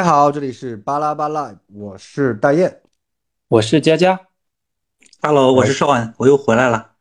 家好，这里是巴拉巴拉，我是大雁。 我是佳佳。 哎， Hello，我是邵安，我又回来了。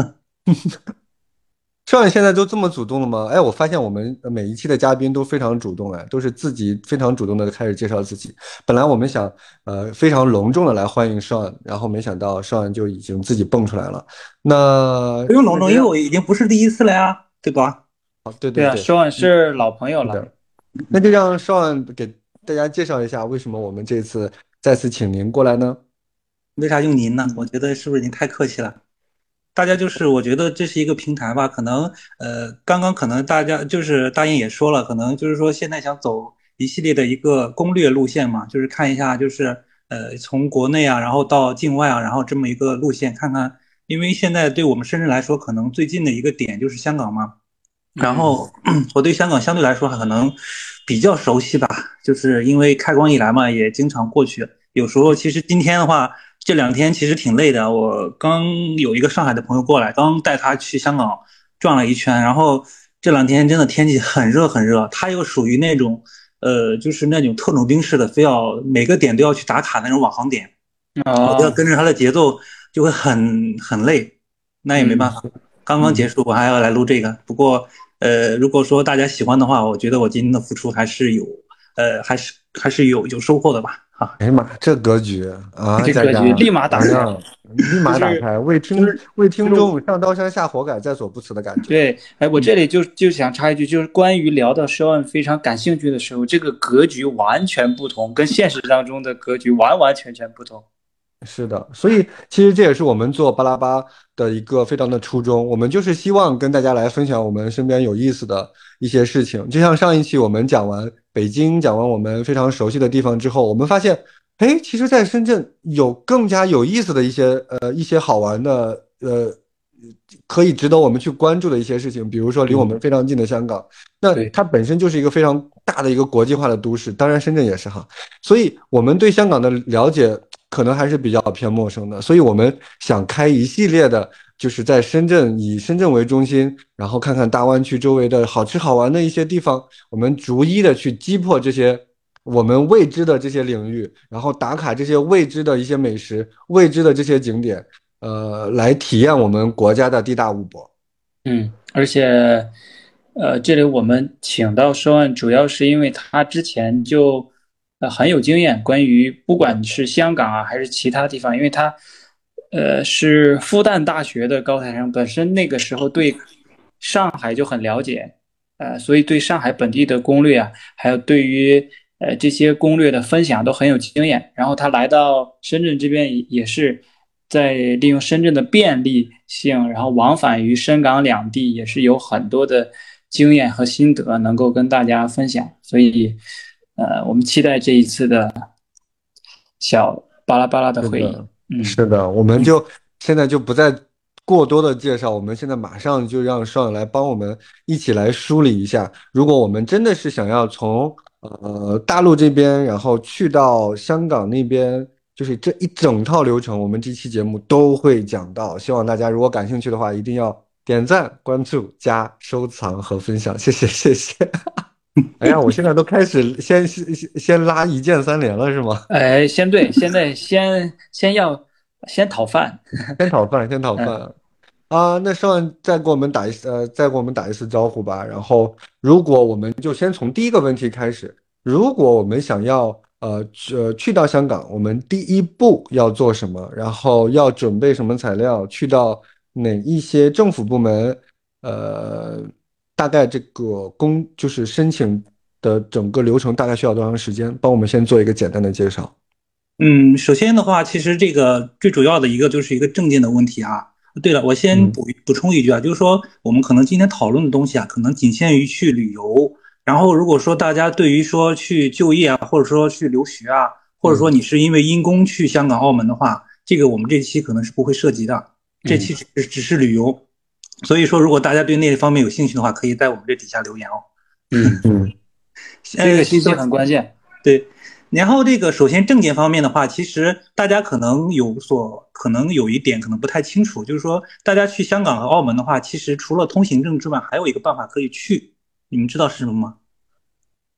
少爷现在都这么主动了吗？哎，我发现我们每一期的嘉宾都非常主动，哎，都是自己非常主动的开始介绍自己。本来我们想非常隆重的来欢迎少安，然后没想到少安就已经自己蹦出来了。那不用隆重， 那就让因为我已经不是第一次了呀，对吧？ 好，对对对啊， 对， 说是老朋友了。 是的，那就让少安给大家介绍一下为什么我们这次再次请您过来呢？ 为啥用您呢？我觉得是不是您太客气了？大家就是我觉得这是一个平台吧，可能刚刚可能大家就是大雁也说了，可能就是说现在想走一系列的一个攻略路线嘛，就是看一下就是从国内啊，然后到境外啊，然后这么一个路线看看，因为现在对我们深圳来说，可能最近的一个点就是香港嘛。然嗯， 后我对香港相对来说可能比较熟悉吧，就是因为开关以来嘛，也经常过去。有时候其实今天的话，这2天其实挺累的。我刚有一个上海的朋友过来，刚带他去香港转了一圈，然后这2天真的天气很热很热。他又属于那种就是那种特种兵式的，非要每个点都要去打卡那种网红点，我就要哦， 跟着他的节奏，就会很累。那也没办嗯法，刚刚结嗯， 束，我还要来录这个。不过，如果说大家喜欢的话，我觉得我今天的付出还是有，还是有收获的吧。啊， 哎呀妈，这格局啊，佳佳， 这格局立马打开， 哎呀，立就是马打开，为听众上刀山下火海，在所不辞的感觉。 对。哎，我这里就想插一句，就是关于聊到涉案非常感兴趣的时候，这个格局完全不同，跟现实当中的格局完完全全不同。 是的，所以其实这也是我们做巴拉巴的一个非常的初衷，我们就是希望跟大家来分享我们身边有意思的一些事情。就像上一期我们讲完北京，讲完我们非常熟悉的地方之后，我们发现，哎，其实在深圳有更加有意思的一些好玩的可以值得我们去关注的一些事情，比如说离我嗯， 们非常近的香港，那对， 它本身就是一个非常大的一个国际化的都市，当然深圳也是哈。所以我们对香港的了解可能还是比较偏陌生的，所以我们想开一系列的，就是在深圳以深圳为中心，然后看看大湾区周围的好吃好玩的一些地方，我们逐一的去击破这些我们未知的这些领域，然后打卡这些未知的一些美食、未知的这些景点，来体验我们国家的地大物博。 嗯，而且，这里我们请到涉案，主要是因为他之前就很有经验，关于不管是香港啊还是其他地方，因为他是复旦大学的高材生，本身那个时候对上海就很了解，所以对上海本地的攻略啊，还有对于这些攻略的分享都很有经验。然后他来到深圳这边也是在利用深圳的便利性，然后往返于深港两地，也是有很多的经验和心得能够跟大家分享。所以，我们期待这一次的小巴拉巴拉的会议。 是的， 嗯是的，我们就现在就不再过多的介绍，我们现在马上就让双友来帮我们一起来梳理一下。如果我们真的是想要从大陆这边，然后去到香港那边，就是这一整套流程，我们这期节目都会讲到。希望大家如果感兴趣的话，一定要点赞、关注、加收藏和分享，谢谢，谢谢。哎呀，我现在都开始先拉一键三连了，是吗？ 哎，先对，现在先讨饭。 先讨饭，先讨嗯。 饭啊！那上再给我们打一次招呼吧。然后，如果我们就先从第一个问题开始，如果我们想要去到香港，我们第一步要做什么？然后要准备什么材料？去到哪一些政府部门？呃，大概这个就是申请的整个流程大概需要多长时间？帮我们先做一个简单的介绍。 嗯，首先的话，其实这个最主要的一个就是一个证件的问题啊。对了，我先嗯补充一句啊，就是说我们可能今天讨论的东西啊，可能仅限于去旅游。然后如果说大家对于说去就业啊，或者说去留学啊，或者说嗯你是因为因公去香港、澳门的话，这个我们这期可能是不会涉及的。这嗯期只是旅游，所以说如果大家对那方面有兴趣的话，可以在我们这底下留言哦。 嗯， 嗯， 这个信息首很关键。 对，然后这个首先证件方面的话，其实大家可能有一点可能不太清楚，就是说大家去香港和澳门的话，其实除了通行证之外，还有一个办法可以去，你们知道是什么吗？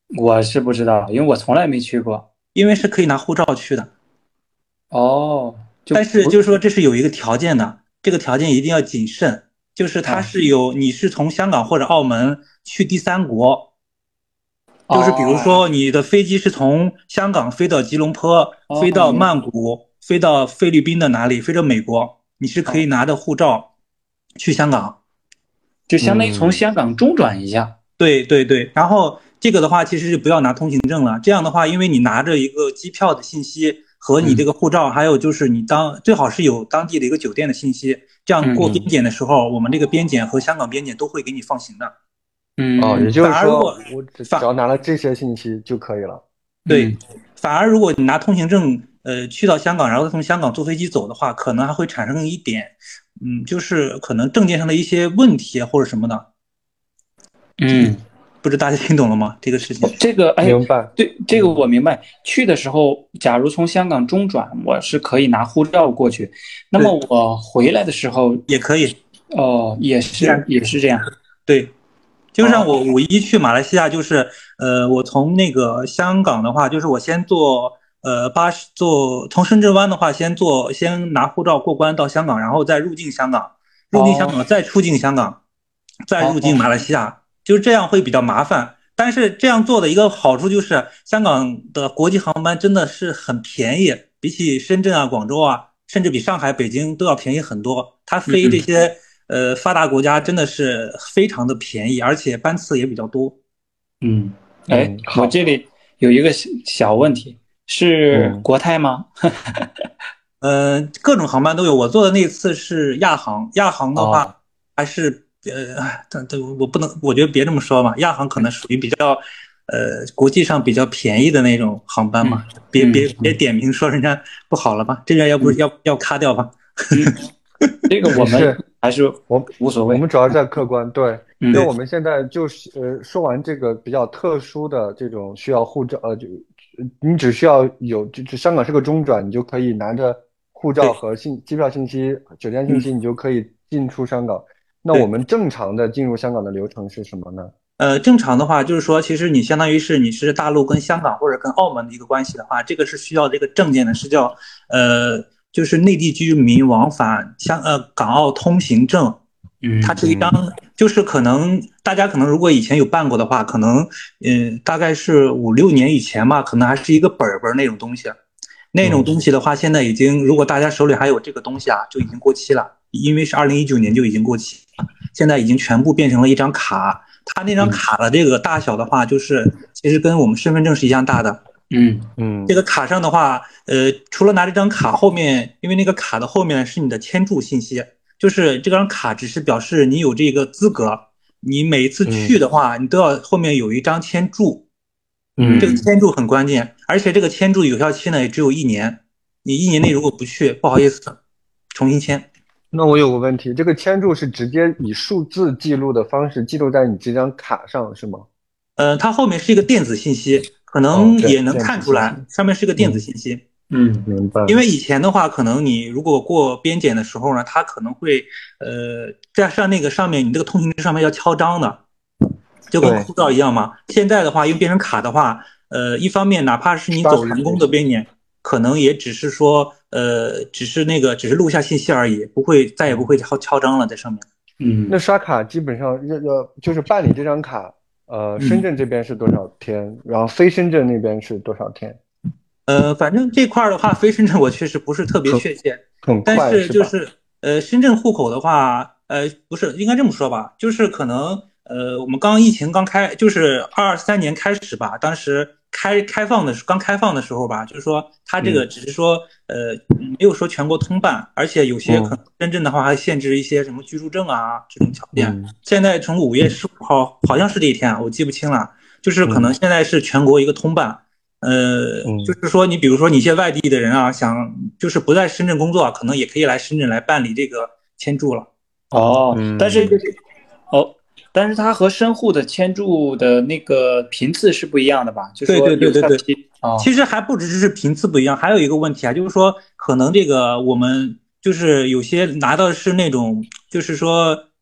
我是不知道，因为我从来没去过。 因为是可以拿护照去的。 哦，就但是不就是说这是有一个条件的，这个条件一定要谨慎，就是它啊。 是你是从香港或者澳门去第三国，就是比如哦说你的飞机是从香港飞到吉隆坡，飞哦， 到曼谷，飞到菲律宾的哪里，飞到美国，你是可以拿着护照去香港。 就相当于从嗯香港中转一下。 对对对，然后这个的话其实就不要拿通行证了，这样的话，因为你拿着一个机票的信息和你这嗯个护照，还有就是你最好是有当地的一个酒店的信息，这样过边嗯检的时候，我们这个边检和香港边检都会给你放行的。 哦，也嗯就是说， 反而如果我只要反拿了这些信息就可以了。 对， 嗯反而如果你拿通行证去到香港，然后再从香港坐飞机走的话，可能还会产生一点就是可能证件上的一些问题啊或者什么的。 嗯， 不知道大家听懂了吗？这个事情。 这个哎， 明白。 对，这个我明白。去的时候，假如从香港中转，我是可以拿护照过去。那么对， 我回来的时候， 也可以。 哦，也是这样。 对，就像哦我去马来西亚，就是我从那个香港的话，就是我先坐巴士从深圳湾的话，先拿护照过关到香港，然后再入境香港，入境香哦港再出境香港，再入境哦马来西亚，就是这样会比较麻烦。但是这样做的一个好处就是，香港的国际航班真的是很便宜，比起深圳啊、广州啊，甚至比上海、北京都要便宜很多。它飞这嗯些发达国家真的是非常的便宜，而且班次也比较多。 嗯，哎， 嗯，好。 我这里有一个小问题，是嗯国泰吗？ 各种航班都有。我坐的那次是亚航，亚航的哦， 话还是但我不能，我觉得别这么说嘛，亚航可能属于比较国际上比较便宜的那种航班嗯嘛，别嗯别别点名说人家不好了吧，这边要不嗯要卡掉吧？ 嗯，这个我们没事， 还是我无所谓。 我们主要在客观，对，因为嗯我们现在就是说完这个比较特殊的这种需要护照，你只需要就香港是个中转，你就可以拿着护照对和机票信息、酒店信息， 嗯你就可以进出香港。那我对。 们正常的进入香港的流程是什么呢？ 正常的话就是说，其实你相当于你是大陆跟香港或者跟澳门的一个关系的话，这个是需要这个证件的，是叫就是内地居民往返港澳通行证。它嗯是一张， 嗯就是可能大家可能如果以前有办过的话，可能大概是5、6年以前吧，可能还是一个本那种东西。那种嗯东西的话，现在已经如果大家手里还有这个东西啊，就已经过期了，因为是2019年就已经过期了，现在已经全部变成了一张卡。它那张嗯卡的这个大小的话，就是其实跟我们身份证是一样大的。 嗯这嗯个卡上的话，除了拿这张卡后面，因为那个卡的后面是你的签注信息，就是这张卡只是表示你有这个资格，你每一次去嗯的话，你都要后面有一张签注，这个嗯， 嗯签注很关键，而且这个签注有效期呢也只有1年，你1年内如果不去，不好意思，重新签。 那我有个问题，这个签注是直接以数字记录的方式记录在你这张卡上，是吗？ 它后面是一个电子信息，可哦， 能也能电子信息。 看出来，上面是个电子嗯， 信息。 嗯明白。 因为以前的话，可能你如果过边检的时候呢，他可能会在那个上面，你这个通行证上面要敲章的，就跟对， 护照一样嘛。现在的话，因为变成卡的话，一方面哪怕是你刷走人工的卡就行。 边检，可能也只是说，只是录下信息而已，再也不嗯， 会敲章了在上面。 嗯那刷卡基本上就是办理这张卡，深嗯。 圳这边是多少天，然后非深圳那边是多少天？ 反正这块儿的话，非深圳我确实不是特别很确切， 很但快是吧？ 是就是深圳户口的话，不是应该这么说吧，就是可能我们疫情刚开，就是23年开始吧，当时刚开放的时候吧，就是说它这个嗯只是说没有说全国通办，而且有些可嗯能深圳的话还限制一些什么居住证啊这种条件。 嗯现在从5月15号好像是这一天啊，我记不清了，就是可能嗯现在是全国一个通办。就嗯是说，你比如说你一些外地的人啊，想就是不在深圳工作啊，可能也可以来深圳来办理这个签注了。 哦，但是嗯， 哦，但是它和深户的签注的那个频次是不一样的吧？就对说有对对对对， 效期。哦其实还不只是频次不一样，还有一个问题啊，就是说可能这个我们就是有些拿到的是那种，就是说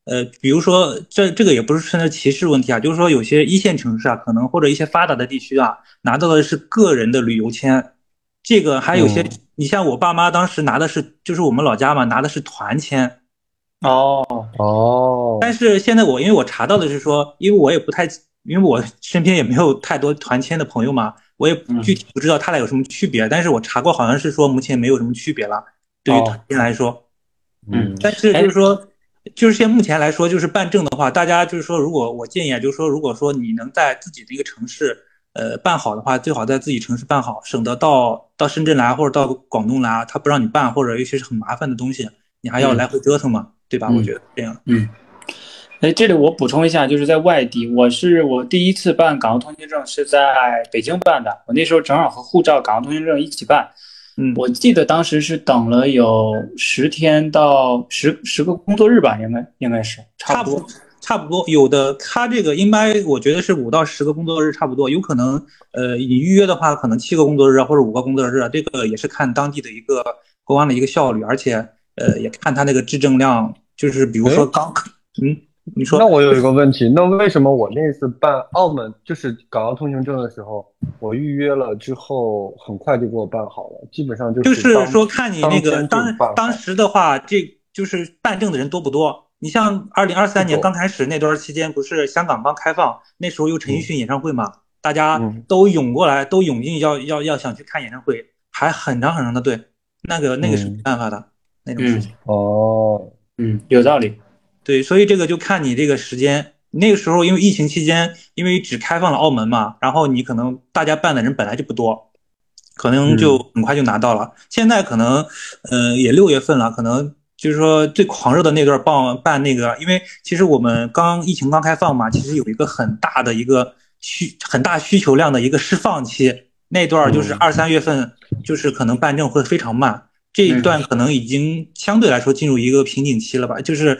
比如说这个也不是存在歧视问题啊，就是说有些一线城市啊，可能或者一些发达的地区啊，拿到的是个人的旅游签，这个还有些， 嗯你像我爸妈当时拿的是，就是我们老家嘛，拿的是团签。 哦， 但哦， 是现在因为我查到的是说，因为我也不太，因为我身边也没有太多团签的朋友嘛，我也具嗯体不知道他俩有什么区别。但是我查过，好像是说目前没有什么区别了，对于团哦签来说。 嗯， 嗯但是就哎是说，就是现目前来说，就是办证的话，大家就是说，如果我建议啊，就是说，如果说你能在自己的一个城市，办好的话，最好在自己城市办好，省得到深圳来或者到广东来，他不让你办，或者尤其是很麻烦的东西，你还要嗯来回折腾嘛，对吧？我嗯觉得这样。 嗯。哎，这里我补充一下，就是在外地，我第一次办港澳通行证是在北京办的，我那时候正好和护照、港澳通行证一起办， 嗯， 我记得当时是等了有10天到十个工作日吧，应该是差差不不多。 差不多，有的他这个应该我觉得是5到10个工作日差不多，有可能你预约的话可能7个工作日啊或者5个工作日啊，这个也是看当地的一个公安的一个效率，而且也看他那个质证量，就是比如说诶， 嗯，你说那我有一个问题，那为什么我那次办澳门就是港澳通行证的时候，我预约了之后很快就给我办好了，基本上就就是说看你那个当天就办当好， 时的话，这就是办证的人多不多？你像2023年刚不多。 开始那段期间，不是香港刚开放，那时候有陈奕嗯迅演唱会嘛，大家嗯都涌过来，都涌进要想去看演唱会，还很长很长的队，那个是没嗯， 办法的那种事嗯情。 哦， 嗯，有道理。 对，所以这个就看你这个时间。那个时候因为疫情期间，因为只开放了澳门嘛，然后你可能大家办的人本来就不多，可能就嗯很快就拿到了。现在可能，也6月份了，可能就是说最狂热的那段办那个，因为其实我们疫情刚开放嘛，其实有一个很大需求量的一个释放期，那段就是嗯 2、3月份，就是可能办证会非常慢。这一嗯段可能已经相对来说进入一个瓶颈期了吧，就是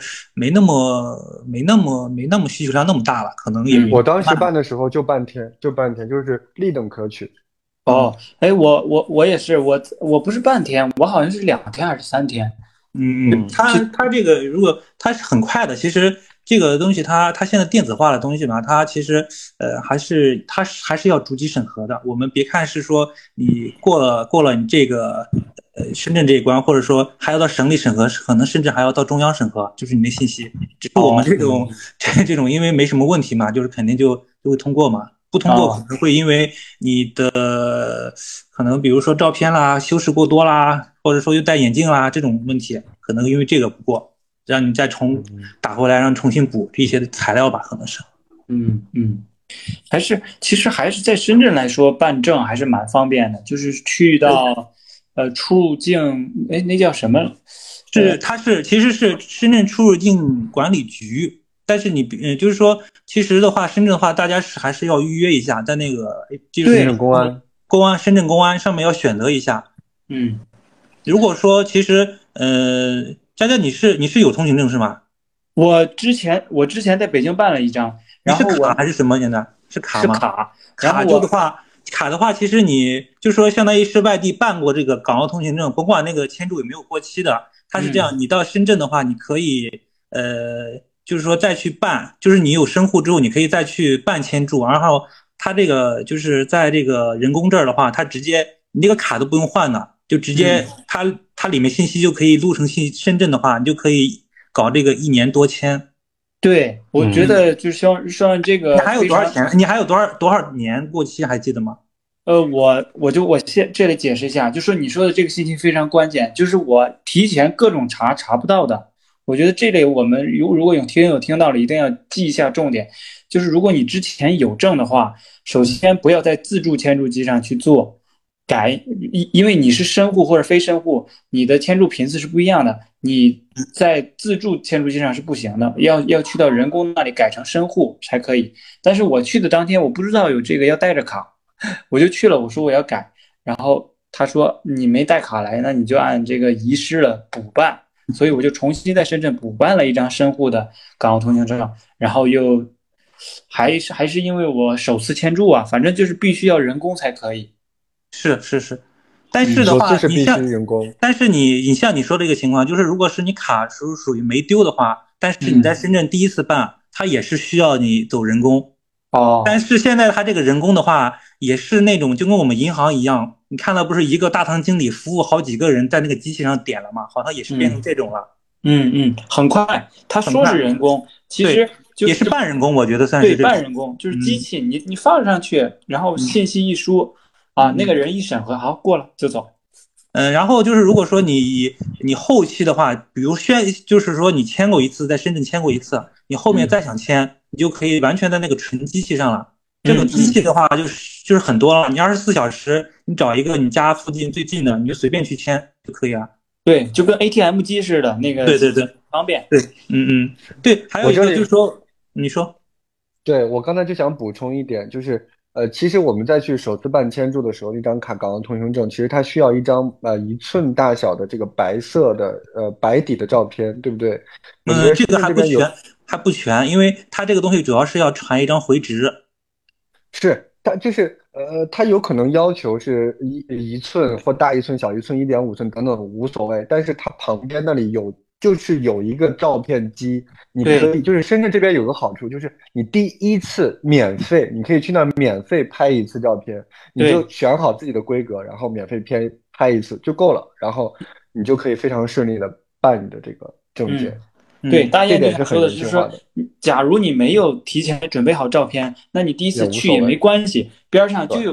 没那么需求量那么大了，可能也嗯。 我当时慢。 办的时候就半天，就半天，就是立等可取。 嗯哦，哎，我也是，我不是半天，我好像是2天还是3天。 嗯它这个如果它是很快的，其实这个东西它现在电子化的东西嘛，它其实还是要逐级审核的。我们别看是说你过了你这个深圳这一关，或者说还要到省里审核，可能甚至还要到中央审核，就是你的信息。只是我们哦这种这种因为没什么问题嘛，就是肯定就会通过嘛。不通过可哦能会因为你的可能比如说照片啦修饰过多啦，或者说又戴眼镜啦这种问题，可能因为这个不过，让你再嗯， 打回来，让重新补这些材料吧，可能是。 嗯嗯。其实还是在深圳来说办证还是蛮方便的，就是去到出入境，哎，那叫什么？ 其实是深圳出入境管理局，但是就是说，其实的话，深圳的话，大家还是要预约一下，在那个就是深对， 圳公安。 深圳公安上面要选择一下。 嗯， 如果说其实佳佳你是有通行证是吗？ 我之前在北京办了一张， 你是然后我卡还是什么？现在是卡吗？ 是卡，然后卡就的话，卡的话，其实你就说相当于是外地办过这个港澳通行证，甭管那个签注有没有过期的，它是这嗯样，你到深圳的话，你可以就是说再去办，就是你有深户之后，你可以再去办签注，然后它这个就是在这个人工这儿的话，它直接你这个卡都不用换的，就直接嗯， 它里面信息就可以录成深圳的话，你就可以搞这个1年多签。 对，我觉嗯得就是像这你还有个非常。 多少钱？你还有多少年过期还记得吗？ 我先这里解释一下，就说你说的这个信息非常关键，就是我提前各种查不到的。我觉得这里我们如果有听友听到了，一定要记一下重点，就是如果你之前有证的话，首先不要在自助签注机上去做改，因为你是申户或者非申户，你的签注频次是不一样的，你在自助签注机上是不行的，要去到人工那里改成申户才可以。但是我去的当天我不知道有这个要带着卡。我就去了，我说我要改，然后他说你没带卡来，那你就按这个遗失了补办，所以我就重新在深圳补办了一张申户的港澳通行证，然后又还是因为我首次签注啊，反正就是必须要人工才可以。 是是是，但是的首次话， 是必须人工。 但是你像你说的这个情况，就是如果是你卡属于没丢的话， 但是你在深圳第一次办，它也是需要你走人工。但是现在它这个人工的话，也是那种就跟我们银行一样，你看到不是一个大堂经理服务好几个人在那个机器上点了吗？好像也是变成这种了。 很快。他说是人工，其实也是半人工，我觉得算是对半人工，就是机器你放上去，然后信息一输那个人一审核，好过了就走。 然后就是如果说你后期的话，比如就是说你签过一次，在深圳签过一次，你后面再想签，你就可以完全在那个纯机器上了。这个机器的话就是很多了，你24小时，你找一个你家附近最近的，你就随便去签就可以了。 对，就跟 ATM 机似的那个。 对， 方便。 对，对，还有一个就是说，你说。 对，我刚才就想补充一点，就是其实我们在去首次办签注的时候，一张港澳通行证，其实它需要一张1寸大小的这个白色的白底的照片，对不对？ 这个还不全，因为它这个东西主要是要传一张回执。 是，它就是它有可能要求是一寸或大1寸、小1寸、1.5寸等等无所谓，但是它旁边那里就是有一个照片机，你可以就是深圳这边有个好处，就是你第一次免费，你可以去那免费拍一次照片，你就选好自己的规格，然后免费拍一次就够了，然后你就可以非常顺利的办你的这个证件。 对，大雁就想说的是说，假如你没有提前准备好照片，那你第一次去也没关系，边上就有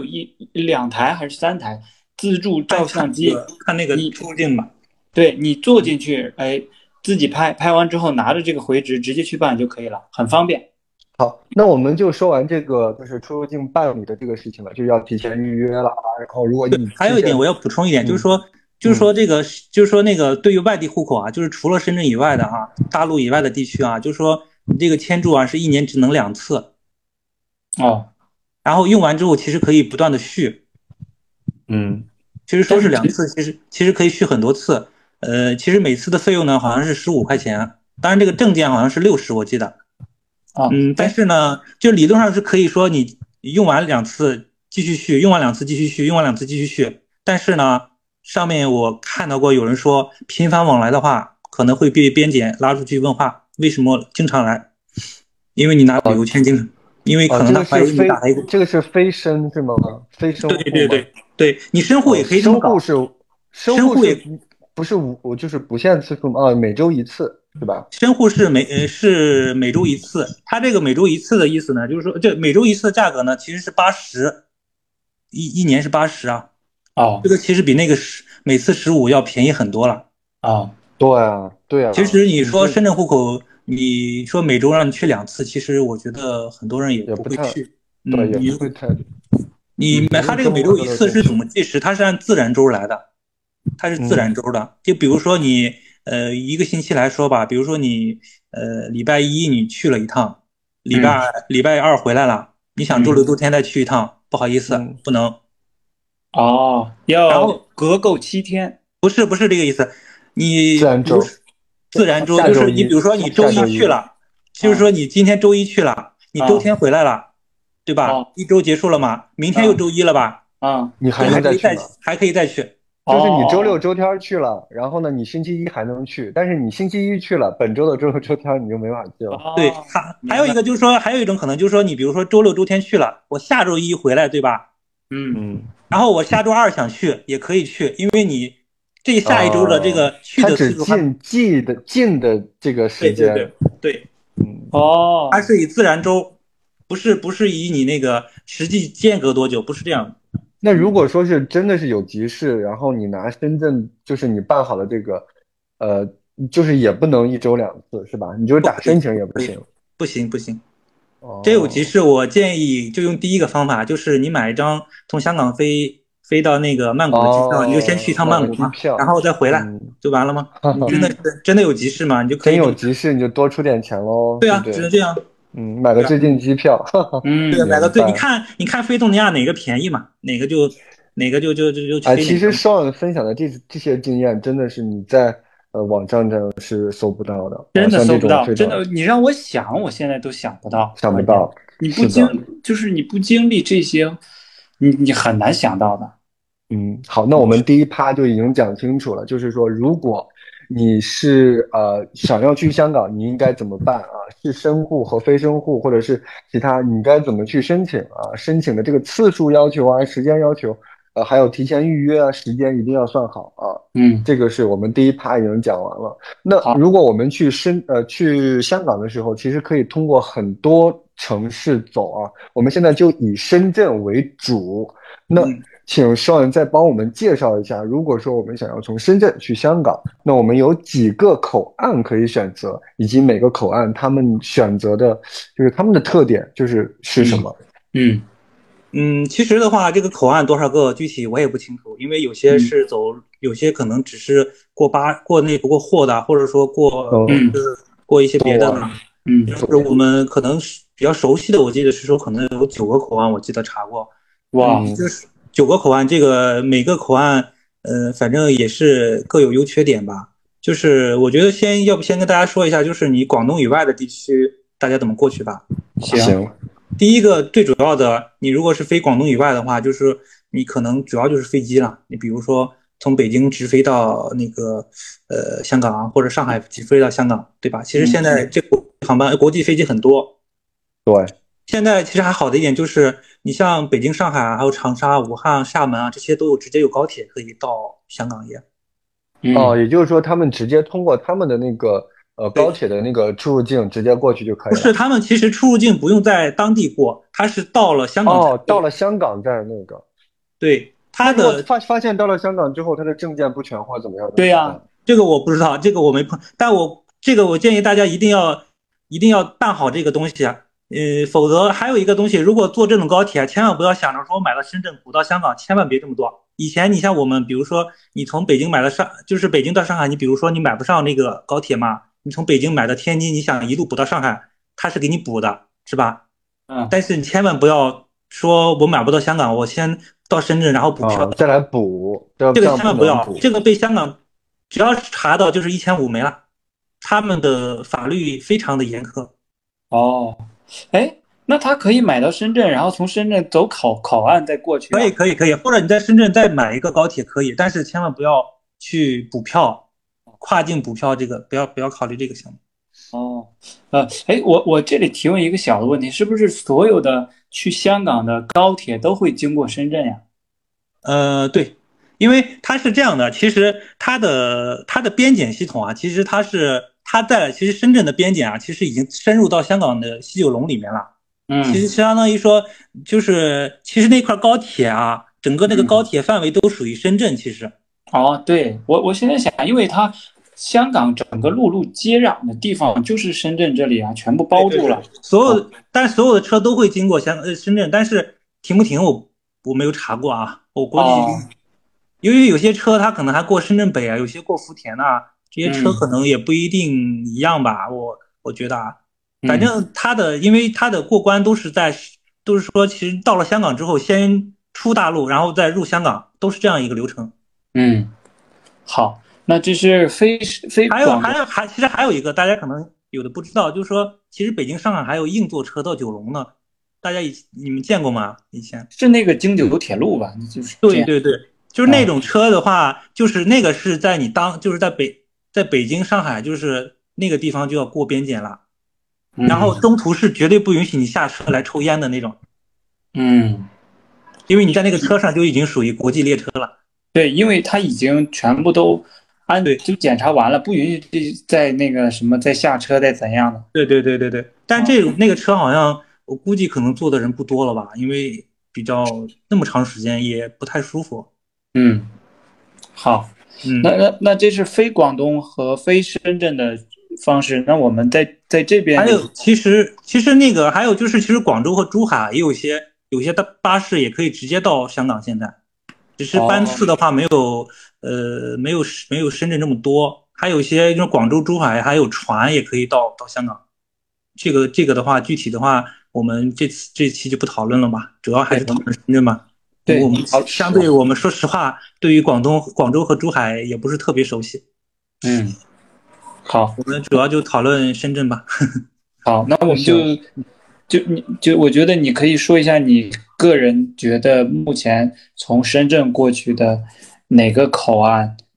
2台还是3台自助照相机， 看那个出入境嘛。 对，你坐进去，自己拍完之后拿着这个回执直接去办就可以了，很方便。 好，那我们就说完这个就是出入境办理的这个事情了，就要提前预约了。然后如果你还有一点我要补充一点，就是说这个就是说那个对于外地户口啊，就是除了深圳以外的大陆以外的地区啊，就是说你这个签注是1年只能2次。然后用完之后其实可以不断的续。其实说是2次，其实可以续很多次。其实每次的费用呢好像是15块钱，当然这个证件好像是60，我记得。但是呢，就理论上是可以说你用完2次继续续，用完2次继续续，用完2次继续续。但是呢，上面我看到过有人说，频繁往来的话，可能会被边检拉出去问话，为什么经常来？因为你拿旅游签经常，因为可能他怀疑你打黑工。 这个是非深是吗？非深户吗？ 对，你深户也可以这么搞。 深户也不是我就是不限次数吗？每周1次。对吧？ 深户是每周1次，它这个每周1次的意思呢，就是说这每周1次的价格呢，其实是80，一年是80啊。这个其实比那个每次15要便宜很多了。 对啊。 其实你说深圳户口，你说每周让你去2次，其实我觉得很多人也不会去。 对，也不会太。 它这个每周1次是怎么计时？它是按自然周来的，它是自然周的。就比如说你。一个星期来说吧，比如说你礼拜1你去了一趟，礼拜2回来了，你想周六周天再去一趟，不好意思，不能。 要隔够7天。 不是这个意思，你自然周就是你比如说你周1去了，就是说你今天周1去了，你周天回来了，对吧？一周结束了嘛，明天又周1了吧？ 你还可以再去。 就是你周六周天去了，然后呢，你星期1还能去，但是你星期1去了，本周的周六周天你就没法去了。 对，还有一个就是说，还有一种可能就是说，你比如说周六周天去了，我下周1回来，对吧？然后我下周2想去也可以去，因为你这下一周的这个去的次数， 它只近的这个时间。 对。它是以自然周，不是以你那个实际间隔多久，不是这样。 那如果说是真的是有急事，然后你拿深圳就是你办好了这个，就是也不能1周2次是吧？你就是打申请也不行。 不行。真有急事，我建议就用第一个方法，就是你买一张从香港飞到那个曼谷的机票，你就先去一趟曼谷嘛，然后再回来就完了吗？你真的有急事吗？你就可以。 真有急事你就多出点钱喽。 对啊，只能这样。 买个最近机票。 对，买个最，你看飞东南亚哪个便宜嘛，哪个就其实Sean分享的这些经验，真的是你在网站上是搜不到的， 真的搜不到，真的。你让我想，我现在都想不到。你不经历这些，你很难想到的。 好，那我们第一趴就已经讲清楚了，就是说，如果你是想要去香港，你应该怎么办啊？是深沪和非深沪，或者是其他，你该怎么去申请啊？申请的这个次数要求啊，时间要求，还有提前预约啊，时间一定要算好啊。 嗯， 这个是我们第一趴已经讲完了。那好， 如果我们去香港的时候，其实可以通过很多城市走啊。我们现在就以深圳为主。那嗯。 请双人再帮我们介绍一下，如果说我们想要从深圳去香港，那我们有几个口岸可以选择，以及每个口岸他们选择的，就是他们的特点是什嗯么？ 嗯其实的话，这个口岸多少个具体我也不清楚，因为有些嗯是走，有些可能只是过内不过货的，或者说嗯， 嗯就是过一些别的的。 嗯， 就是我们可能是比较熟悉的，我记得是说可能有9个口岸，我记得查过。 哇， 嗯， 就是9个口岸，这个每个口岸，反正也是各有优缺点吧。就是我觉得要不先跟大家说一下，就是你广东以外的地区，大家怎么过去吧。 行， 行， 第一个最主要的，你如果是飞广东以外的话，就是你可能主要就是飞机了。你比如说从北京直飞到那个香港，或者上海直飞到香港，对吧？其实现在这个航班国际飞机很多。 对， 现在其实还好的一点就是，你像北京、上海啊，还有长沙、武汉、厦门啊，这些都直接有高铁可以到香港也。 嗯， 哦，也就是说他们直接通过他们的那个高对， 铁的那个出入境直接过去就可以了。 不是，他们其实出入境不用在当地过，他是到了香港才哦，到过。 了香港再那个。 对， 那如果他的发现到了香港之后，他的证件不全或怎么样的对呀， 怎么办？ 这个我不知道，这个我没碰，但我建议大家一定要办好这个东西啊。否则还有一个东西，如果坐这种高铁，千万不要想着说我买到深圳补到香港，千万别这么做。以前你像我们，比如说你从北京买了就是北京到上海，你比如说你买不上那个高铁嘛，你从北京买到天津，你想一路补到上海，他是给你补的，是吧？ 嗯， 但是你千万不要说我买不到香港，我先到深圳然后补票， 再来补，这样不这个千万不能补。 要，这个被香港只要查到就是1500没了，他们的法律非常的严苛。 哦，哎，那他可以买到深圳，然后从深圳走口岸再过去可以啊？ 可以可以，或者你在深圳再买一个高铁可以，但是千万不要去补票，跨境补票这个不要考虑这个项目。 哦，哎，我这里提问一个小的问题，是不是所有的去香港的高铁都会经过深圳呀？ 对，因为它是这样的，其实它的边检系统啊，其实其实深圳的边检啊，其实已经深入到香港的西九龙里面了。其实嗯相当于说，就是其实那块高铁啊，整个那个嗯， 高铁范围都属于深圳。其实， 哦，对，我现在想，因为它香港整个陆路接壤的地方就是深圳这里啊，全部对对对， 包住了。 但是所有的车都会经过深圳，但是停不停我没有查过啊，我估计哦， 因为有些车它可能还过深圳北啊，有些过福田呐、这些车可嗯能也不一定一样吧，我觉得啊，反嗯正因为它的过关都是说，其实到了香港之后，先出大陆，然后再入香港，都是这样一个流程。 嗯，好，那这是非还有广东， 还有还其实还有一个大家可能有的不知道，就是说，其实北京、上海还有硬座车到九龙呢，你们见过吗？以前？ 是那个京九铁路吧？就是这样对对对，就是那啊。 种车的话，就是那个是就是在北京、上海，就是那个地方就要过边检了，然后嗯中途是绝对不允许你下车来抽烟的那种， 嗯， 因为你在那个车上就已经属于国际列车了。 对，因为他已经全部都对就检查完了，不允许再那个什么再下车再怎样的。 对对对对对，但那个车好像我估计可能坐的人不多了吧，因为比较那么长时间也不太舒服。 嗯，好，那嗯， 那这是非广东和非深圳的方式。那我们在这边还有其实那个还有就是，其实广州和珠海也有些的巴士也可以直接到香港，现在只是班哦， 次的话没有深圳这么多，还有一些就是广州、珠海还有船也可以到香港。这个的话，具体的话，我们这期就不讨论了吧，主要还是讨论深圳吧。 对， 我们好， 相对我们说实话，对于广州和珠海也不是特别熟悉， 嗯，好， 我们主要就讨论深圳吧。 好，那我们行， 我觉得你可以说一下你个人觉得目前从深圳过去的哪个口岸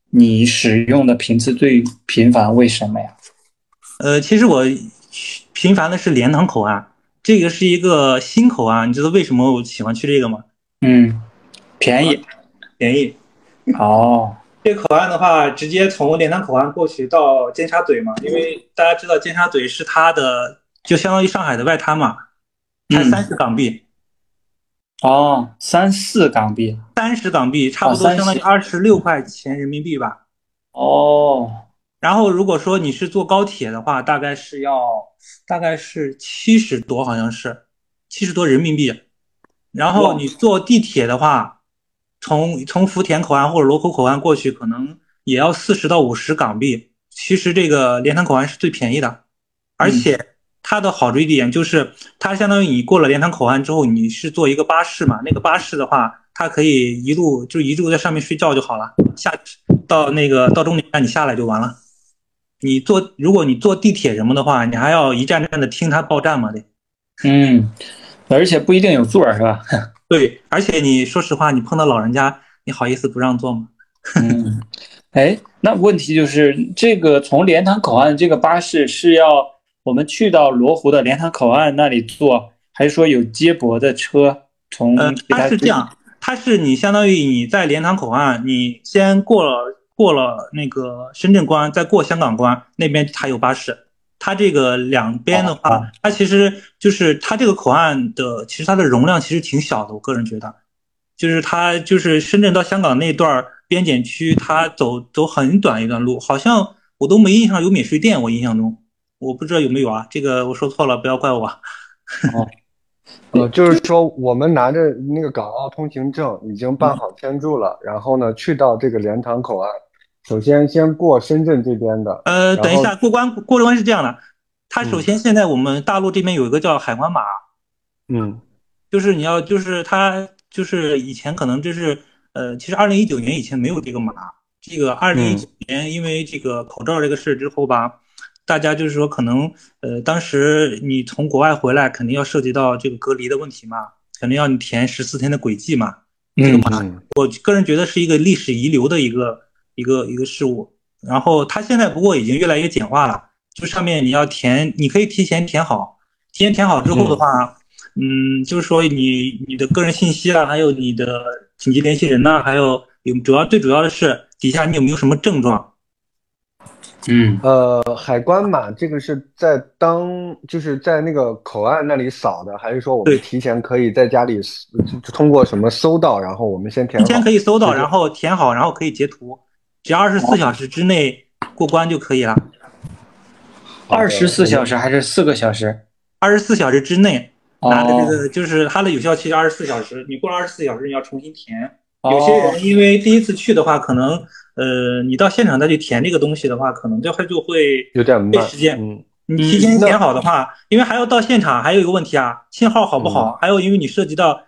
你使用的频次最频繁，为什么呀？ 其实我频繁的是莲塘口岸，这个是一个新口岸，你知道为什么我喜欢去这个吗？ 便宜。 便宜。 哦。 这个口岸的话，直接从莲塘口岸过去到尖沙咀嘛，因为大家知道尖沙咀是它的，就相当于上海的外滩嘛，才30港币。 哦，3、4港币。 30港币差不多相当于26块钱人民币吧。 哦。 然后如果说你是坐高铁的话，大概是70多，好像是70多人民币。然后你坐地铁的话，从福田口岸或者罗湖口岸过去，可能也要40到50港币。其实这个莲塘口岸是最便宜的，而且它的好的一点就是，它相当于你过了莲塘口岸之后，你是坐一个巴士嘛，那个巴士的话，它可以一路在上面睡觉就好了，到终点站你下来就完了。如果你坐地铁什么的话，你还要一站站的听它报站嘛得。 而且不一定有座是吧？ 对，而且你说实话，你碰到老人家，你好意思不让座吗？ 那问题就是这个从莲塘口岸这个巴士是要我们去到罗湖的莲塘口岸那里坐，还是说有接驳的车从它是这样，它是你相当于你在莲塘口岸，你先过了那个深圳关，再过香港关，那边才有巴士。它这个两边的话，它其实就是它这个口岸的，其实它的容量其实挺小的，我个人觉得，就是它就是深圳到香港那段边检区，它走很短一段路，好像我都没印象有免税店，我印象中，我不知道有没有啊，这个我说错了，不要怪我。 就是说我们拿着那个港澳通行证已经办好签注了，然后呢去到这个莲塘口岸，首先过深圳这边的。 等一下，过关是这样的，它首先现在我们大陆这边有一个叫海关码，就是你要就是它就是以前可能就是其实2019年以前没有这个码，这个2019年因为这个口罩这个事之后吧，大家就是说可能当时你从国外回来肯定要涉及到这个隔离的问题嘛，肯定要你填14天的轨迹嘛，这个码我个人觉得是一个历史遗留的一个事物。然后它现在不过已经越来越简化了，就上面你要填，你可以提前填好，提前填好之后的话，就是说你的个人信息啊，还有你的紧急联系人呐，还有最主要的是底下你有没有什么症状？ 海关码这个是就是在那个口岸那里扫的，还是说我们提前可以在家里通过什么搜到，然后我们先填好？ 提前可以搜到，然后填好，然后可以截图，只要24小时之内过关就可以了。 24小时还是4个小时 ？24小时之内拿的这个就是它的有效期24小时，你过了24小时你要重新填。有些人因为第一次去的话，可能你到现场再去填这个东西的话，可能就会有点费时间。你提前填好的话，因为还要到现场，还有一个问题啊，信号好不好？还有因为你涉及到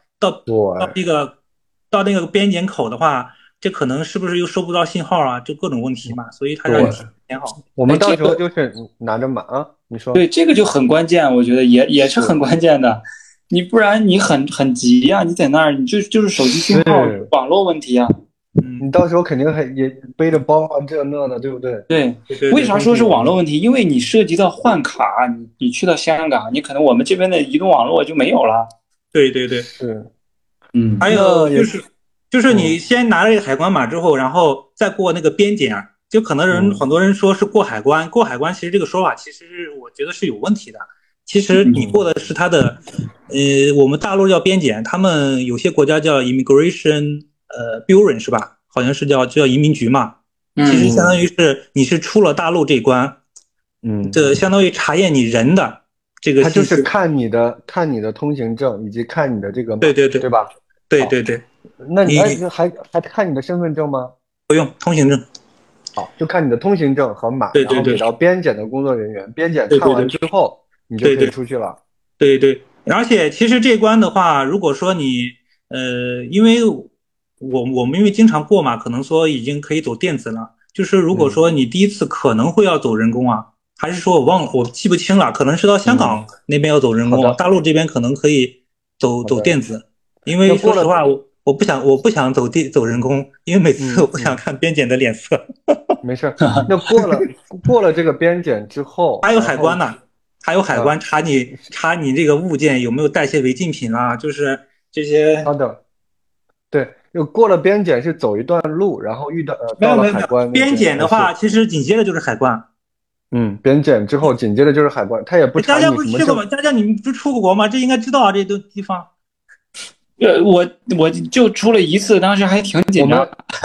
那个边检口的话，这可能是不是又收不到信号啊？就各种问题嘛，所以他让你填好。 我们到时候就是拿着码啊，你说对，这个就很关键，我觉得也是很关键的。你不然你很急呀，你在那儿你就是手机信号网络问题啊。 你到时候肯定也背着包啊这那的，对不对？ 对，为啥说是网络问题？因为你涉及到换卡，你去到香港，你可能我们这边的移动网络就没有了。 对， 是， 还有就是你先拿了这个海关码之后，然后再过那个边检，就可能很多人说是过海关，过海关其实这个说法其实我觉得是有问题的。其实你过的是它的，我们大陆叫边检，他们有些国家叫 immigration bureau 是吧？好像是叫移民局嘛。其实相当于是你是出了大陆这一关，这相当于查验你人的这个。 他就是看你的通行证以及看你的这个码， 对吧？ 对。 那你还看你的身份证吗？ 不用，通行证。 好，就看你的通行证和码， 对， 然后给到边检的工作人员，边检看完之后，你就可以出去了。 对，而且其实这关的话，如果说你因为我们因为经常过嘛，可能说已经可以走电子了。就是如果说你第一次可能会要走人工啊，还是说我忘了，我记不清了，可能是到香港那边要走人工，大陆这边可能可以走电子。因为说实话， 我不想走人工，因为每次我不想看边检的脸色。 没事儿。那过了这个边检之后， 还有然后海关呢，还有海关查你这个物件有没有带些违禁品啦，就是这些。 稍等，对，就过了边检是走一段路，然后到了海没有没有没有，边关那边， 检的话，其实紧接着就是海关。 边检之后紧接着就是海关，他也不查佳佳你什么身。 不是去过吗？佳佳，你不是出过国吗？这应该知道啊，这都地方。 我就出了一次，当时还挺紧张。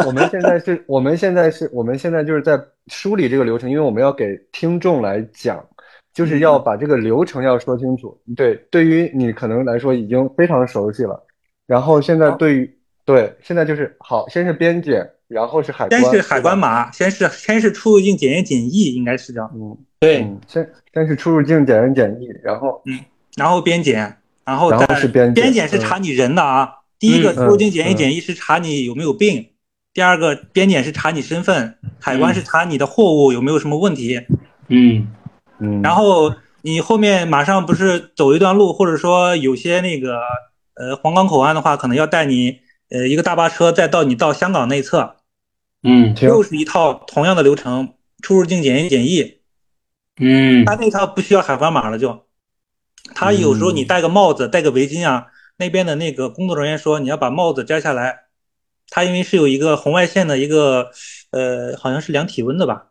我们现在就是在梳理这个流程，因为我们要给听众来讲，就是要把这个流程要说清楚。对，对于你可能来说已经非常熟悉了，然后现在对，现在就是好，先是边检，然后是海关， 先是海对吧？ 关码，先是出入境检验检疫，应该是叫。 对， 先是出入境检验检疫，然后然后边检，然后然后是边检， 边检是查你人的啊。第一个出入境检疫检疫是查你有没有病，第二个边检是查你身份，海关是查你的货物有没有什么问题。然后你后面马上不是走一段路，或者说有些那个黄冈口岸的话，可能要带你一个大巴车再到香港内侧。又是一套同样的流程，出入境检验检疫。他那套不需要海关码了就。他有时候你戴个帽子戴个围巾啊，那边的那个工作人员说你要把帽子摘下来，他因为是有一个红外线的一个好像是量体温的吧。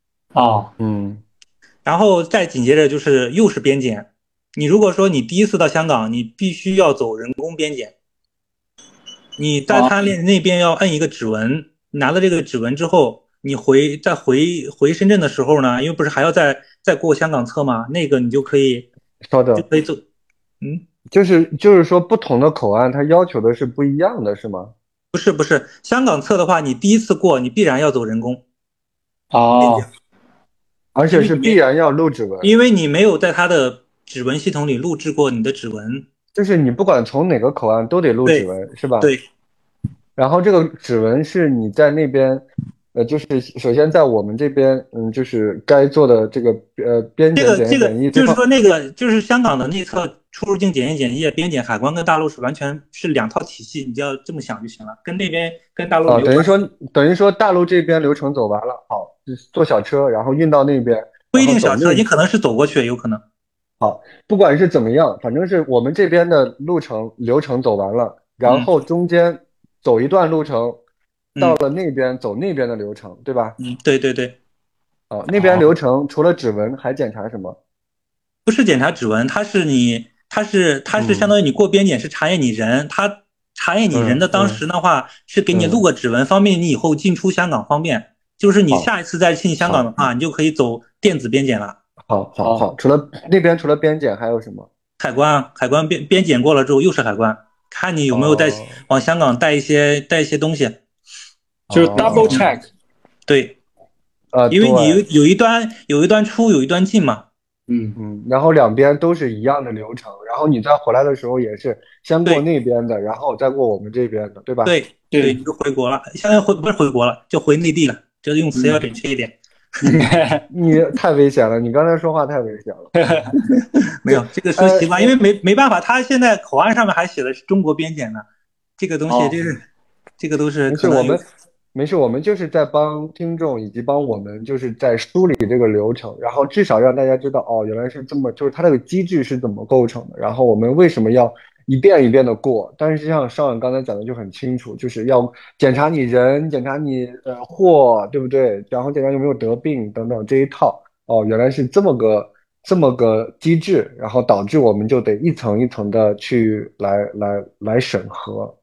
然后再紧接着就是又是边检。你如果说你第一次到香港，你必须要走人工边检，你在他那边要摁一个指纹，拿了这个指纹之后，你再回深圳的时候呢，因为不是还要再过香港侧吗？那个你就可以稍等， 就可以走。 就是说不同的口岸它要求的是不一样的，是吗？ 不是，香港侧的话，你第一次过，你必然要走人工。 而且是必然要录指纹， 因为你没有在他的指纹系统里录制过你的指纹。 就是你不管从哪个口岸都得录指纹，是吧？ 对。 然后这个指纹是你在那边，就是首先在我们这边，就是该做的这个边检检验检疫就是说那个就是香港的内侧出入境检验检疫边检海关跟大陆是完全是两套体系，你就要这么想就行了，跟那边跟大陆没有关系。 等于说大陆这边流程走完了，好，坐小车然后运到那边， 不一定小车，你可能是走过去，有可能。 好，不管是怎么样，反正是我们这边的流程走完了，然后中间走一段路程，到了那边走那边的流程，对吧？ 对对对。 那边流程除了指纹还检查什么？ 不是检查指纹，它是相当于你过边检是查验你人，他查验你人的当时的话是给你录个指纹，方便你以后进出香港方便。就是你下一次再进香港的话，你就可以走电子边检了。 好，除了边检还有什么？ 海关边检过了之后又是海关，看你有没有往香港带一些东西， 就是 double check。 对，因为你有一端出有一端进嘛。 然后两边都是一样的流程，然后你再回来的时候也是先过那边的，然后再过我们这边的，对吧？ 对，你就回国了，现在不是回国了，就回内地了，这个用词要准确一点。 你太危险了，你刚才说话太危险了。 没有，这个说习惯，因为没办法，他现在口岸上面还写的是中国边检呢，这个东西这个都是可能没事，我们就是在帮听众以及帮我们，就是在梳理这个流程，然后至少让大家知道，原来是这么，就是它这个机制是怎么构成的，然后我们为什么要一遍一遍的过。但是像邵远刚才讲的就很清楚，就是要检查你人，检查你货，对不对？然后检查有没有得病等等这一套。原来是这么个机制，然后导致我们就得一层一层的去来审核。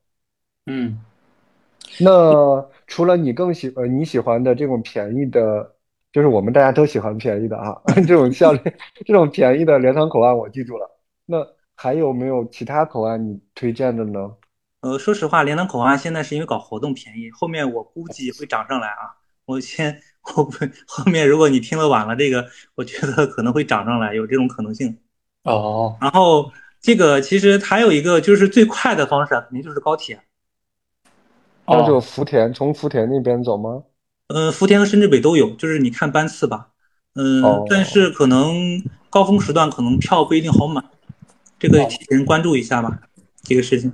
那除了你喜欢的这种便宜的，就是我们大家都喜欢便宜的啊，这种便宜的莲塘口岸我记住了。那还有没有其他口岸你推荐的呢？ 说实话，莲塘口岸现在是因为搞活动便宜，后面我估计会涨上来啊。后面如果你听了晚了，这个我觉得可能会涨上来，有这种可能性。然后这个其实还有一个就是最快的方式肯定就是高铁。 那就从福田那边走吗？ 福田和深圳北都有，就是你看班次吧。但是可能高峰时段可能票不一定好买，这个提前关注一下吧，这个事情。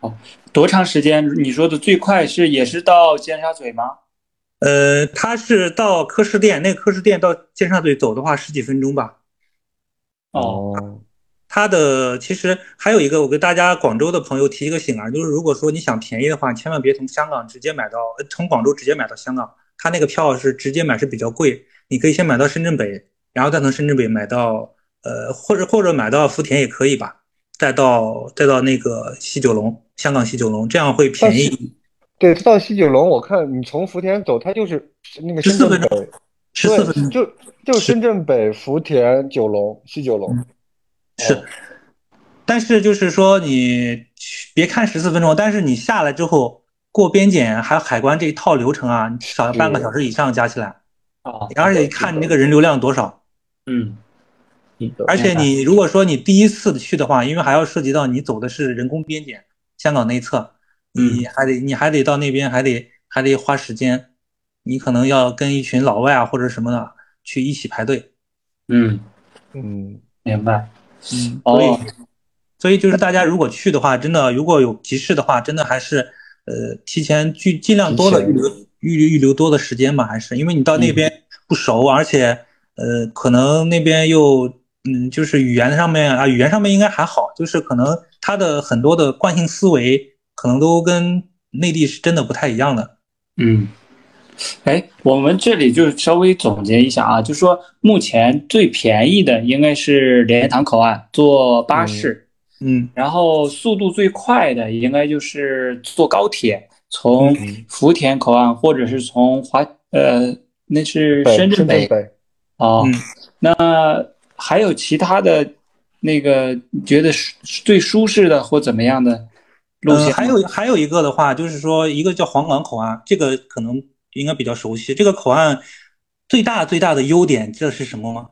多长时间？你说的最快也是到尖沙咀吗？ 它是到柯士甸，那个柯士甸到尖沙咀走的话十几分钟吧。 哦， 哦， 它的其实还有一个，我给大家广州的朋友提一个醒啊，就是如果说你想便宜的话，千万别从香港直接买到，从广州直接买到香港，它那个票是直接买是比较贵，你可以先买到深圳北，然后再从深圳北买到或者买到福田也可以吧，再到那个西九龙，香港西九龙，这样会到西， 便宜对，到西九龙，我看你从福田走，它就是那个十四分钟， 深圳北，对， 十四分钟就深圳北、福田、九龙、西九龙。 是。 哦， 但是就是说你别看14分钟，但是你下来之后过边检还有海关这一套流程啊，你至少要半个小是时以上加起来， 哦， 而且是的， 看你那个人流量多少。 嗯， 是的， 而明白。 且你如果说你第一次去的话，因为还要涉及到你走的是人工边检，香港内侧， 嗯你还得到那边还得花时间，你可能要跟一群老外啊或者什么的去一起排队。 嗯， 嗯， 明白。 嗯，所哦， 以就是大家如果去的话，真的如果有急事的话，真的还是提前去尽量提多的预前， 留预留多的时间吧，还是因为你到那嗯边不熟，而且可能那边又就是语言上面应该还好，就是可能他的很多的惯性思维可能都跟内地是真的不太一样的。 嗯。哎，我们这里就稍微总结一下啊，就说目前最便宜的应该是莲塘口岸坐巴嗯士， 嗯然后速度最快的应该就是坐高铁，从嗯嗯， 福田口岸或者是从那是北， 深圳北深圳北。 哦。 嗯。 那还有其他的那个你觉得最舒适的或怎么样的路线吗？ 还有一个的话，就是说一个叫黄岗口岸，这个可能应该比较熟悉。这个口岸最大的优点，这是什么吗？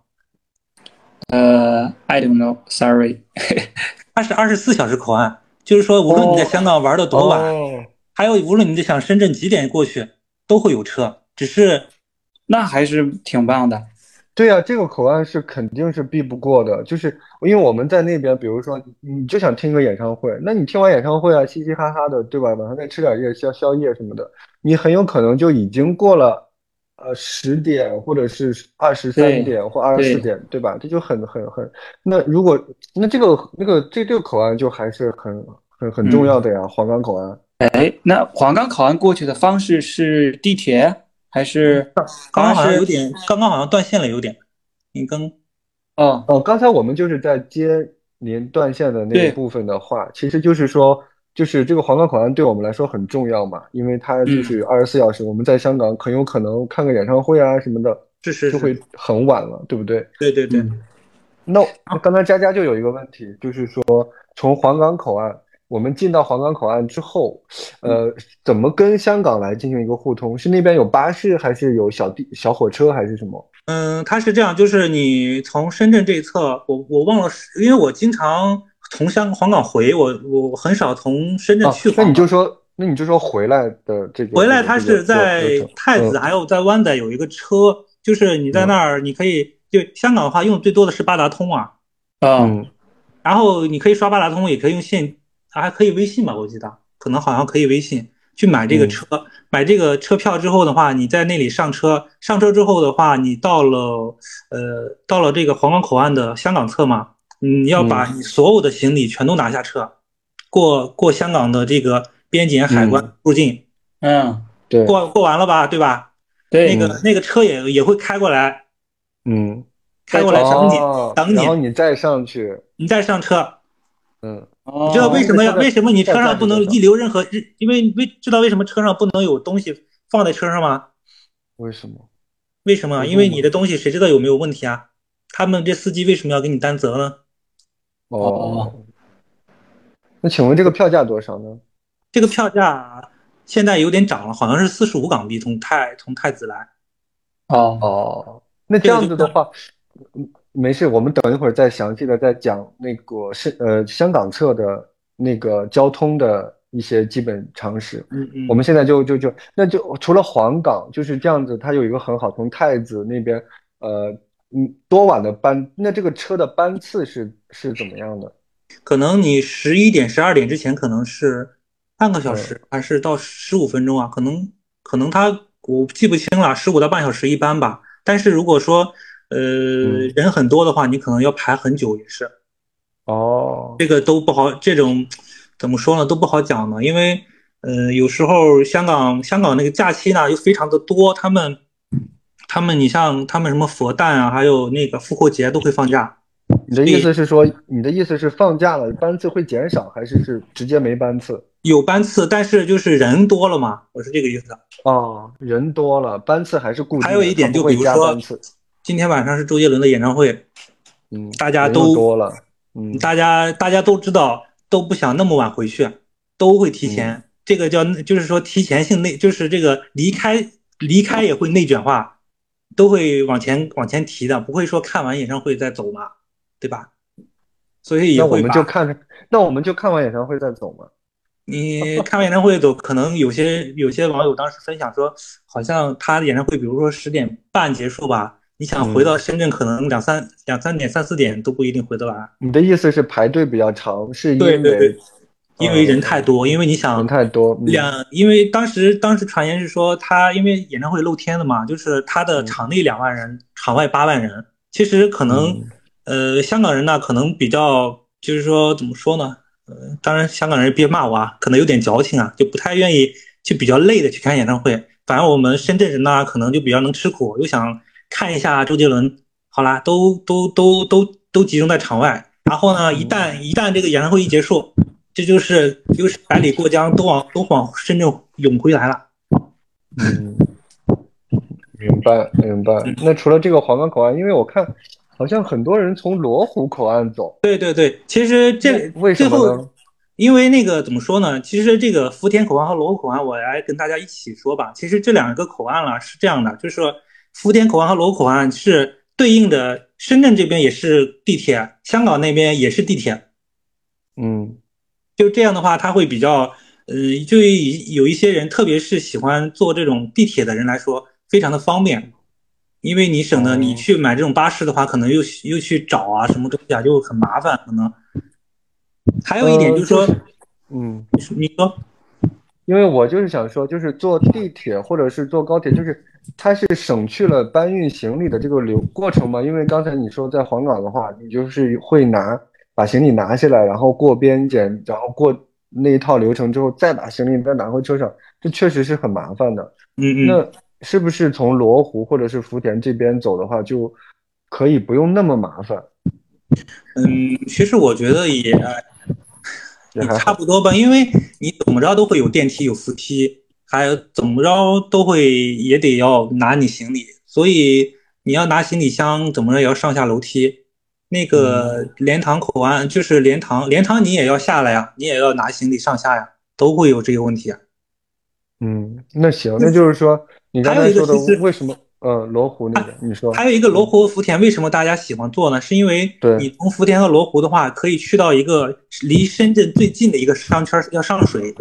I don't know, sorry。 它是24小时口岸，就是说无论你在哦香港玩的多晚， 哦， 还有无论你在想深圳几点过去，都会有车。只是那还是挺棒的。 对呀，这个口岸是肯定是避不过的，就是因为我们在那边，比如说你就想听个演唱会，那你听完演唱会啊，嘻嘻哈哈的，对吧？晚上再吃点宵夜什么的，你很有可能就已经过了10点或者是23 对点或24 对， 点，对吧？这就很，那如果那这个口岸就还是很重要嗯。 的呀，黄冈口岸。 哎，那黄冈口岸过去的方式是地铁还是刚刚好像有巴士？ 点，刚刚好像断线了，有点。你刚哦， 哦，刚才我们就是在接您断线的那个对， 部分的话，其实就是说，就是这个黄冈口岸对我们来说很重要嘛，因为它就是嗯 24小时，我们在香港很有可能看个演唱会啊什么的，就会是是是， 很晚了，对不对？ 对对对。 嗯那刚才佳佳就有一个问题，就是说从黄冈口岸，我们进到黄冈口岸之后，怎么跟香港来进行一个互通？是那边有巴士，还是有小火车，还是什么？ 它是这样，就是你从深圳这一侧，我忘了因为我经常从黄港回，我很少从深圳哦， 去黄港。 那你就说回来的这个回这个这个来它是在过流程， 太子还有在湾仔有一个车，就是你在嗯那儿，你可以就香港的话用最多的是八达通啊， 哦嗯然后你可以刷八达通，也可以用还可以微信吧，我记得可能好像可以微信去买这个嗯车。买这个车票之后的话，你在那里上车，上车之后的话，你到了这个黄冈口岸的香港侧嘛，你要把嗯你所有的行李全都拿下车，过香港的这个边检海关嗯， 入境， 嗯， 对， 过完了吧，对吧？那对个嗯那个车也会开过来， 嗯， 开过来在船上。 等你哦，然后等你， 你再上去， 你再上车。 嗯， 你知道你哦， 为这个车的什么你车票价上不能遗是多少？ 留任何因为知道为什么车上不能有东西放在车上吗？ 为什么？ 为什么？因为有路吗？ 你的东西谁知道有没有问题啊？他们这司机为什么要给你担责呢？ 哦， 哦，那请问这个票价多少呢？ 这个票价现在有点涨了，好像是45港币从太子来， 哦， 哦，那这这个就样子的话，没事，我们等一会儿再详细的再讲那个香港侧的那个交通的一些基本常识。 嗯嗯。 我们现在那就除了黄冈就是这样子，它有一个很好，从太子那边，多晚的班，那这个车的班次是怎么样的？ 可能你11点12点之前可能是半个小时还是到15分钟啊？可能我记不清了，15到半小时一般吧。但是如果说人很多的话，你可能要排很久也是。 哦， 这个都不好，这种怎么说呢都不好讲呢，因为有时候香港那个假期呢又非常的多，他们你像他们什么佛诞啊，还有那个复活节都会放假， 你的意思是说，你的意思是放假了班次会减少，还是直接没班次？ 有班次，但是就是人多了嘛，我是这个意思。 哦，人多了，班次还是固定的， 还有一点，就比他不会如说加班次。 今天晚上是周杰伦的演唱会，大家人又都多了。 大家都知道，都不想那么晚回去，都会提嗯前。这个就是说提前性内，就是这个离开也会内卷化，都会往前提的，不会说看完演唱会再走嘛，对吧？所以也那我会把们就看，那我们就看完演唱会再走嘛。 你看完演唱会走，可能有些网友当时分享说，好像他的演唱会，比如说10点半结束吧，你想回嗯， 到深圳，可能两三点、3、4点都不一定回得来。 你的意思是排队比较长，是因为对对对，因为人太多，因为你人想太多。 因为当时传言是说他因为演唱会露天的嘛，就是他的嗯场内2万人，场外8万人。其实可能嗯香港人呢可能比较就是说怎么说呢？当然香港人别骂我啊，可能有点矫情啊，就不太愿意去比较累的去看演唱会。反正我们深圳人呢，可能就比较能吃苦，又想看一下周杰伦。好啦，都集中在场外。然后呢，一旦这个演唱会一结束，这就是又是百里过江，都往深圳涌回来了。 嗯，明白明白。那除了这个皇岗口岸，因为我看好像很多人从罗湖口岸走， 对对对，其实为什最后， 么呢？ 因为那个怎么说呢？其实这个福田口岸和罗湖口岸，我来跟大家一起说吧。其实这两个口岸是这样的，就是说福田口岸和罗湖口岸是对应的，深圳这边也是地铁，香港那边也是地铁。 嗯就这样的话，它会比较，就有一些人，特别是喜欢坐这种地铁的人来说，非常的方便，因为你省得你哦去买这种巴士的话，可能又去找啊什么东西啊，就很麻烦。可能还有一点就是说， 就是嗯。 你说， 因为我就是想说，就是坐地铁或者是坐高铁，就是它是省去了搬运行李的这个过程嘛。因为刚才你说在黄冈的话，你就是会把行李拿下来，然后过边检，然后过那一套流程之后，再把行李再拿回车上，这确实是很麻烦的。 嗯嗯那是不是从罗湖或者是福田这边走的话，就可以不用那么麻烦， 嗯，其实我觉得也也还好。 差不多吧，因为你怎么着都会有电梯有扶梯，还有怎么着都会也得要拿你行李，所以你要拿行李箱怎么着也要上下楼梯。那嗯个莲塘口岸就是莲塘你也要下来呀，你也要拿行李上下呀，都会有这个问题啊。 那行，那就是说你刚还有一个才说的其实为什么罗湖那个，你说。 还有一个罗湖和福田，为什么大家喜欢坐呢？是因为对。 你从福田和罗湖的话，可以去到一个离深圳最近的一个商圈，叫上水。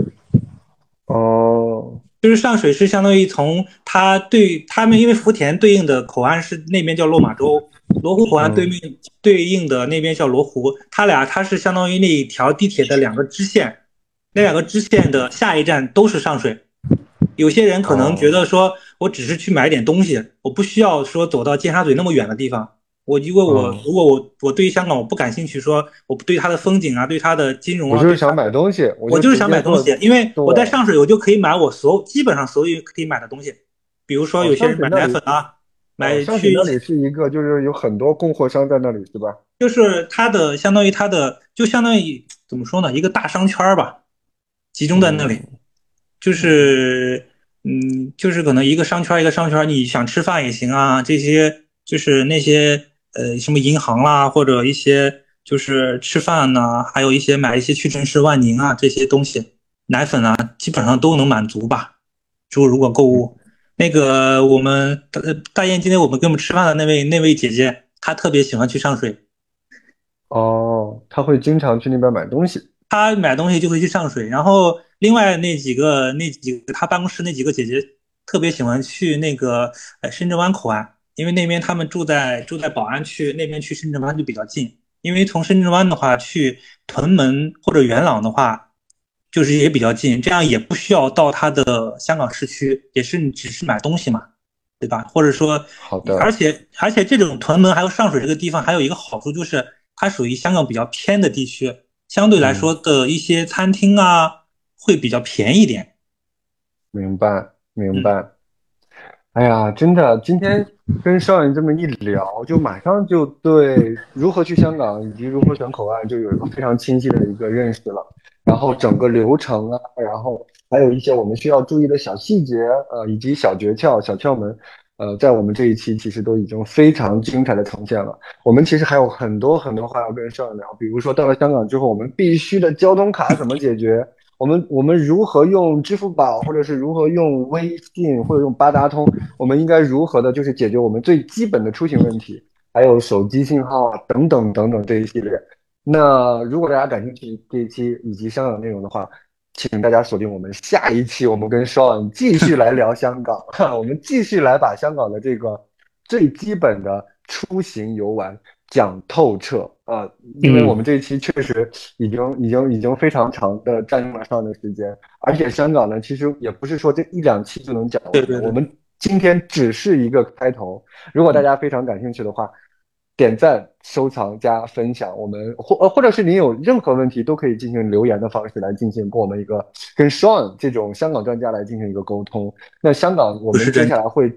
哦。 就是上水是相当于从他们，因为福田对应的口岸是那边叫落马洲，罗湖口岸嗯。 对应的那边叫罗湖，它是相当于那一条地铁的两个支线，那两个支线的下一站都是上水。有些人可能觉哦。 得说，我只是去买点东西，我不需要说走到尖沙咀那么远的地方。如果我对于香港我不感兴趣，说我不对它的风景啊，对它的金融啊， 我就是想买东西，我就我就是直接坐。 想买东西，因为我在对。 上水我就可以买我基本上所有可以买的东西，比如说哦， 有些人买上水那里。 奶粉啊， 哦， 买去上水那里是一个，就是有很多供货商在那里，是吧？ 就是相当于就相当于怎么说呢，一个大商圈吧，集中在那里， 嗯就是就是可能一个商圈一个商圈，你想吃饭也行啊，这些就是那些什么银行啦，或者一些就是吃饭呐、还有一些买一些屈臣氏、万宁啊这些东西，奶粉啊，基本上都能满足吧。就如果购物，那个我们大雁今天我们跟我们吃饭的那位姐姐，她特别喜欢去上水。 哦，他会经常去那边买东西。 他买东西就会去上水，然后另外那几个他办公室那几个姐姐特别喜欢去那个深圳湾口岸，因为那边他们住在宝安区，那边去深圳湾就比较近。因为从深圳湾的话去屯门或者元朗的话， 就是也比较近，这样也不需要到它的香港市区，也是你只是买东西嘛，对吧？或者说， 好的， 而且这种屯门还有上水这个地方还有一个好处就是它属于香港比较偏的地区，相对来说的一些餐厅啊会比较便宜一点。 明白明白。哎呀，真的，今天跟少爷这么一聊，就马上就对如何去香港以及如何选口岸就有一个非常清晰的一个认识了。然后整个流程啊，然后还有一些我们需要注意的小细节，以及小诀窍、小窍门，在我们这一期其实都已经非常精彩的呈现了。我们其实还有很多很多话要跟少爷聊，比如说到了香港之后，我们必须的交通卡怎么解决？我们如何用支付宝，或者是如何用微信，或者用八达通？我们应该如何的，就是解决我们最基本的出行问题，还有手机信号啊，等等等等这一系列。那如果大家感兴趣这一期以及香港内容的话，请大家锁定我们下一期，我们跟 Sean 继续来聊香港，我们继续来把香港的这个最基本的出行游玩讲透彻啊，因为我们这一期确实已经非常长的占用了上的时间，而且香港呢，其实也不是说这一两期就能讲完的， 对， 我们今天只是一个开头，如果大家非常感兴趣的话，点赞、收藏、加分享，我们或者是你有任何问题，都可以进行留言的方式来进行跟我们一个跟 Sean 这种香港专家来进行一个沟通。那香港我们接下来会。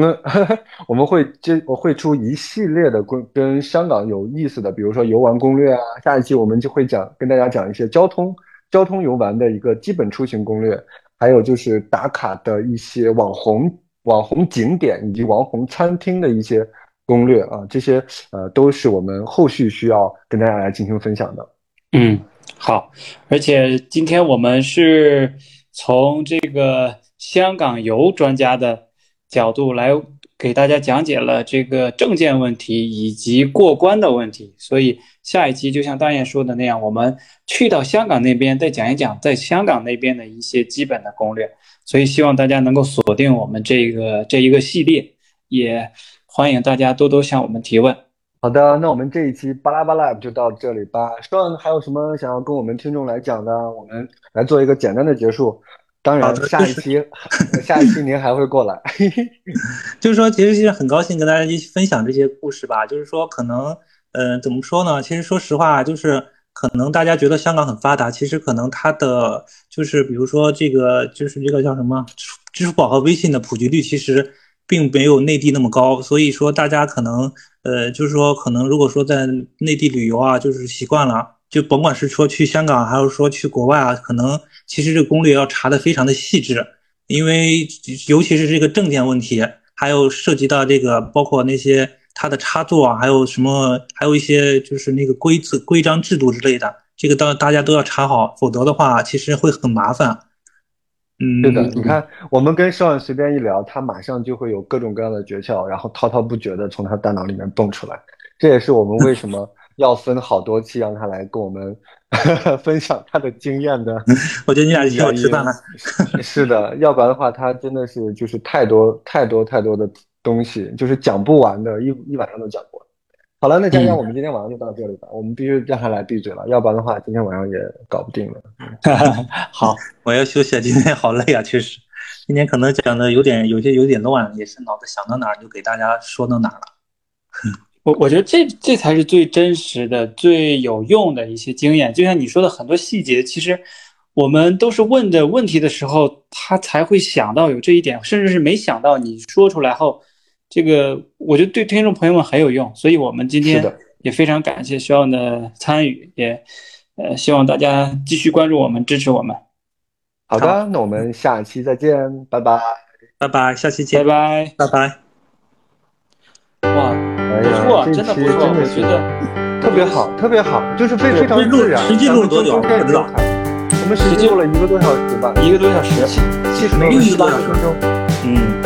我会出一系列的跟香港有意思的，比如说游玩攻略啊。下一期我们就会跟大家讲一些交通游玩的一个基本出行攻略，还有就是打卡的一些网红景点以及网红餐厅的一些攻略啊，这些都是我们后续需要跟大家来进行分享的。 好，而且今天我们是从这个香港游专家的角度来给大家讲解了这个证件问题以及过关的问题，所以下一期就像大雁说的那样，我们去到香港那边再讲一讲在香港那边的一些基本的攻略，所以希望大家能够锁定我们这一个系列，也欢迎大家多多向我们提问。 好的，那我们这一期巴拉巴拉就到这里吧。Sean 还有什么想要跟我们听众来讲的？我们来做一个简单的结束。当然，下一期您还会过来。 就是说，其实很高兴跟大家一起分享这些故事吧。就是说，可能，怎么说呢？其实说实话，就是可能大家觉得香港很发达，其实可能它的就是比如说这个叫什么，支付宝和微信的普及率其实并没有内地那么高。所以说，大家可能，就是说可能如果说在内地旅游啊，就是习惯了。就甭管是说去香港，还是说去国外啊，可能其实这个攻略要查得非常的细致，因为尤其是这个证件问题，还有涉及到这个包括那些它的插座啊，还有什么，还有一些就是那个规章制度之类的，这个大家都要查好，否则的话其实会很麻烦。 是的，你看我们跟Sean随便一聊，他马上就会有各种各样的诀窍，然后滔滔不绝的从他大脑里面蹦出来，这也是我们为什么要分好多期让他来跟我们分享他的经验的。 我觉得你俩请我吃饭了。 是的，要不然的话，他真的是就是太多太多太多的东西，就是讲不完的，一晚上都讲不完。好了，那佳佳，我们今天晚上就到这里吧，我们必须让他来闭嘴了，要不然的话，今天晚上也搞不定了。 好，我要休息了，今天好累啊，确实，今天可能讲的有点乱，也是脑子想到哪儿就给大家说到哪儿了。 我觉得这才是最真实的、最有用的一些经验。就像你说的，很多细节，其实我们都是问的问题的时候，他才会想到有这一点，甚至是没想到。你说出来后，这个我觉得对听众朋友们很有用。所以我们今天也非常感谢Sean的参与，也希望大家继续关注我们，支持我们。 好的，那我们下期再见，拜拜， 拜拜，下期见， 拜拜， 拜拜。 哇，不错，真的不错，我觉得特别好，特别好，就是非常自然。 实际录了多久？ 不知道。我们实际录了1个多小时吧，1个多小时，70 没有1个多小时。